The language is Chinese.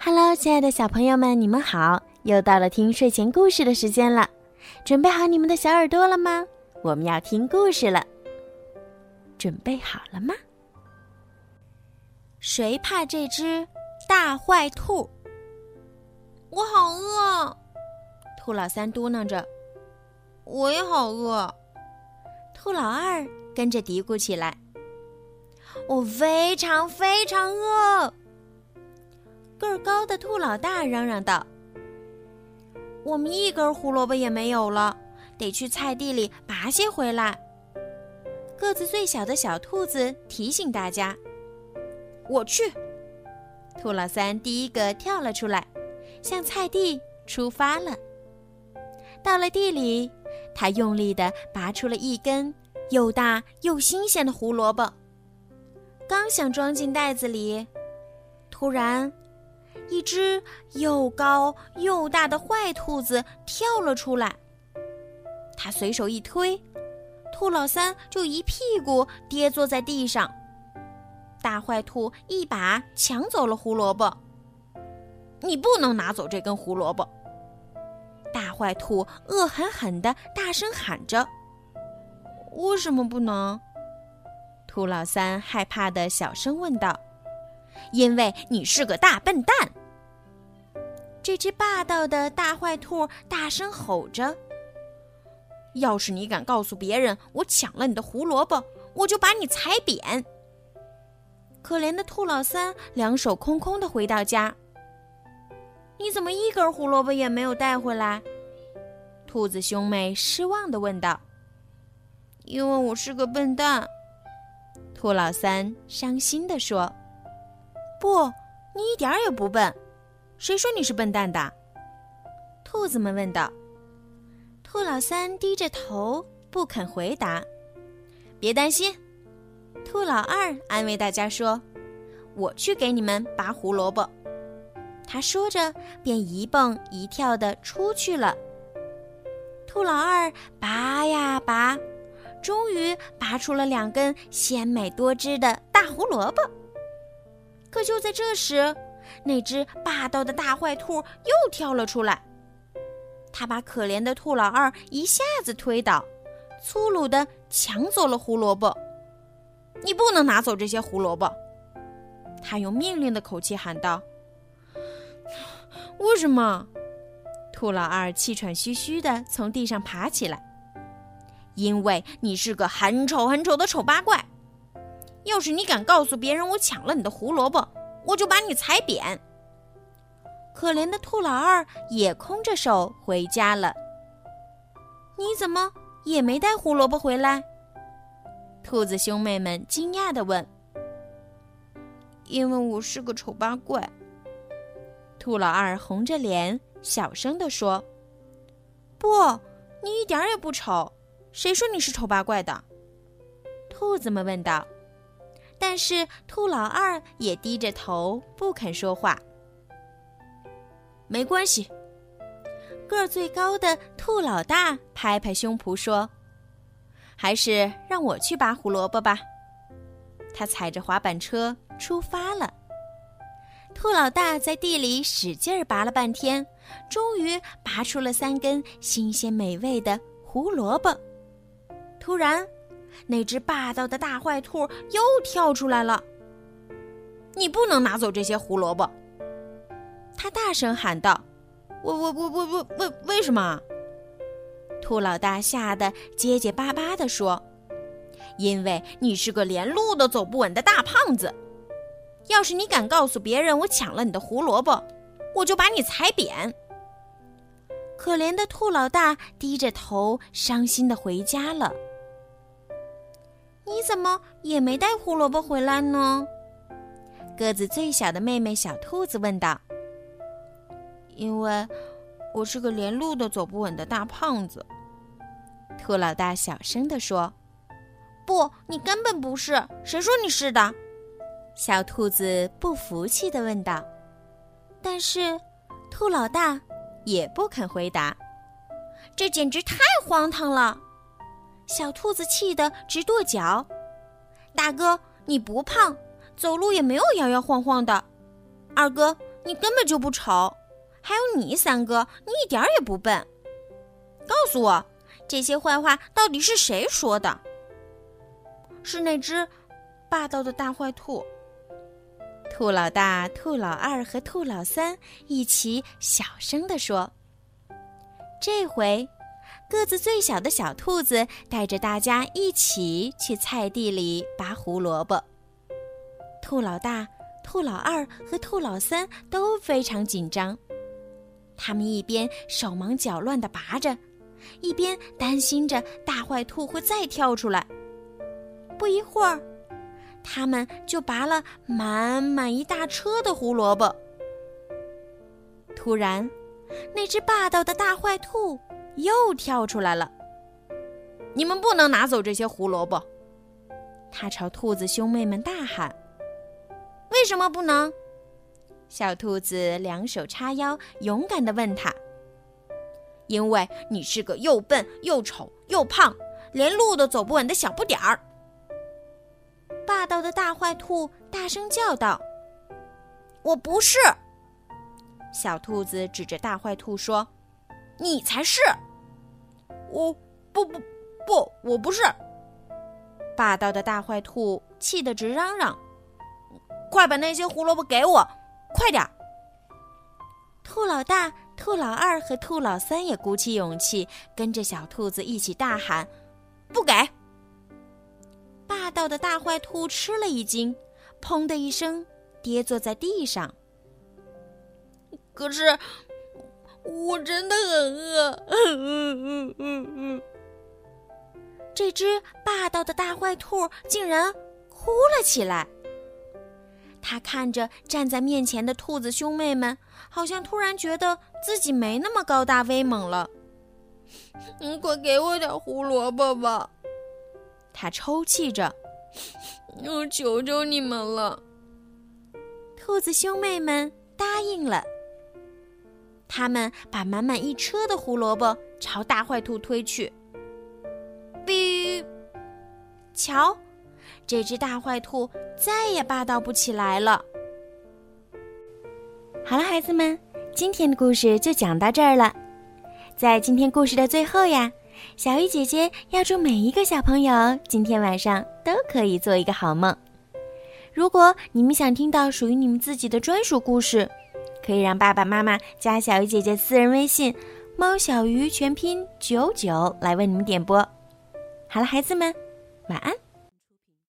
Hello， 亲爱的小朋友们，你们好！又到了听睡前故事的时间了，准备好你们的小耳朵了吗？我们要听故事了，准备好了吗？谁怕这只大坏兔？ 我好饿， 兔老三嘟囔着。 我也好饿。 兔老二跟着嘀咕起来。 我非常非常饿。 个儿高的兔老大嚷嚷道： 我们一根胡萝卜也没有了，得去菜地里拔些回来。 个子最小的小兔子提醒大家： 我去。 兔老三第一个跳了出来，向菜地出发了。到了地里，他用力地拔出了一根又大又新鲜的胡萝卜，刚想装进袋子里，突然一只又高又大的坏兔子跳了出来。他随手一推，兔老三就一屁股跌坐在地上。大坏兔一把抢走了胡萝卜。 你不能拿走这根胡萝卜！ 大坏兔恶狠狠地大声喊着。 为什么不能？ 兔老三害怕地小声问道。因为你是个大笨蛋！这只霸道的大坏兔大声吼着。 要是你敢告诉别人我抢了你的胡萝卜，我就把你踩扁！ 可怜的兔老三两手空空地回到家。 你怎么一根胡萝卜也没有带回来？ 兔子兄妹失望地问道。 因为我是个笨蛋。 兔老三伤心地说。不，你一点儿也不笨，谁说你是笨蛋的？兔子们问道。兔老三低着头不肯回答。别担心，兔老二安慰大家说，我去给你们拔胡萝卜。他说着便一蹦一跳地出去了。兔老二拔呀拔，终于拔出了2根鲜美多汁的大胡萝卜。可就在这时，那只霸道的大坏兔又跳了出来。他把可怜的兔老二一下子推倒，粗鲁地抢走了胡萝卜。 你不能拿走这些胡萝卜！ 他用命令的口气喊道。 为什么？ 兔老二气喘吁吁地从地上爬起来。 因为你是个很丑很丑的丑八怪。要是你敢告诉别人我抢了你的胡萝卜，我就把你踩扁！ 可怜的兔老二也空着手回家了。你怎么也没带胡萝卜回来？兔子兄妹们惊讶地问。 因为我是个丑八怪。 兔老二红着脸小声地说。不，你一点也不丑，谁说你是丑八怪的？兔子们问道。但是兔老二也低着头不肯说话。 没关系， 个儿最高的兔老大拍拍胸脯说，还是让我去拔胡萝卜吧。他踩着滑板车出发了。兔老大在地里使劲拔了半天，终于拔出了3根新鲜美味的胡萝卜。突然，那只霸道的大坏兔又跳出来了。 你不能拿走这些胡萝卜！ 他大声喊道。 为什么？ 兔老大吓得结结巴巴地说。 因为你是个连路都走不稳的大胖子。要是你敢告诉别人我抢了你的胡萝卜，我就把你踩扁！ 可怜的兔老大低着头伤心地回家了。你怎么也没带胡萝卜回来呢？个子最小的妹妹小兔子问道。 因为我是个连路都走不稳的大胖子。 兔老大小声地说。 不，你根本不是，谁说你是的？ 小兔子不服气地问道。但是兔老大也不肯回答。 这简直太荒唐了！ 小兔子气得直跺脚。 大哥，你不胖，走路也没有摇摇晃晃的。二哥， 你根本就不丑，还有你三哥，你一点也不笨。告诉我，这些坏话到底是谁说的？是那只霸道的大坏兔。 兔老大、兔老二和兔老三一起小声地说。这回，个子最小的小兔子带着大家一起去菜地里拔胡萝卜。兔老大、兔老二和兔老三都非常紧张，他们一边手忙脚乱地拔着，一边担心着大坏兔会再跳出来。不一会儿，他们就拔了满满一大车的胡萝卜。突然，那只霸道的大坏兔又跳出来了。 你们不能拿走这些胡萝卜！ 他朝兔子兄妹们大喊。 为什么不能？ 小兔子两手叉腰，勇敢地问他。 因为你是个又笨又丑又胖，连路都走不稳的小不点儿。 霸道的大坏兔大声叫道。 我不是！ 小兔子指着大坏兔说。 你才是！我不是！ 霸道的大坏兔气得直嚷嚷。 快把那些胡萝卜给我，快点！ 兔老大、兔老二和兔老三也鼓起勇气，跟着小兔子一起大喊： 不给！ 霸道的大坏兔吃了一惊，砰的一声跌坐在地上。 可是我真的很饿。 这只霸道的大坏兔竟然哭了起来。他看着站在面前的兔子兄妹们，好像突然觉得自己没那么高大威猛了。 你快给我点胡萝卜吧！ 他抽泣着。 我求求你们了！ 兔子兄妹们答应了。他们把满满一车的胡萝卜朝大坏兔推去。哔！瞧，这只大坏兔再也霸道不起来了。好了，孩子们，今天的故事就讲到这儿了。在今天故事的最后呀，小鱼姐姐要祝每一个小朋友今天晚上都可以做一个好梦。如果你们想听到属于你们自己的专属故事，可以让爸爸妈妈加小鱼姐姐私人微信猫小鱼全拼99来为你们点播。好了，孩子们，晚安。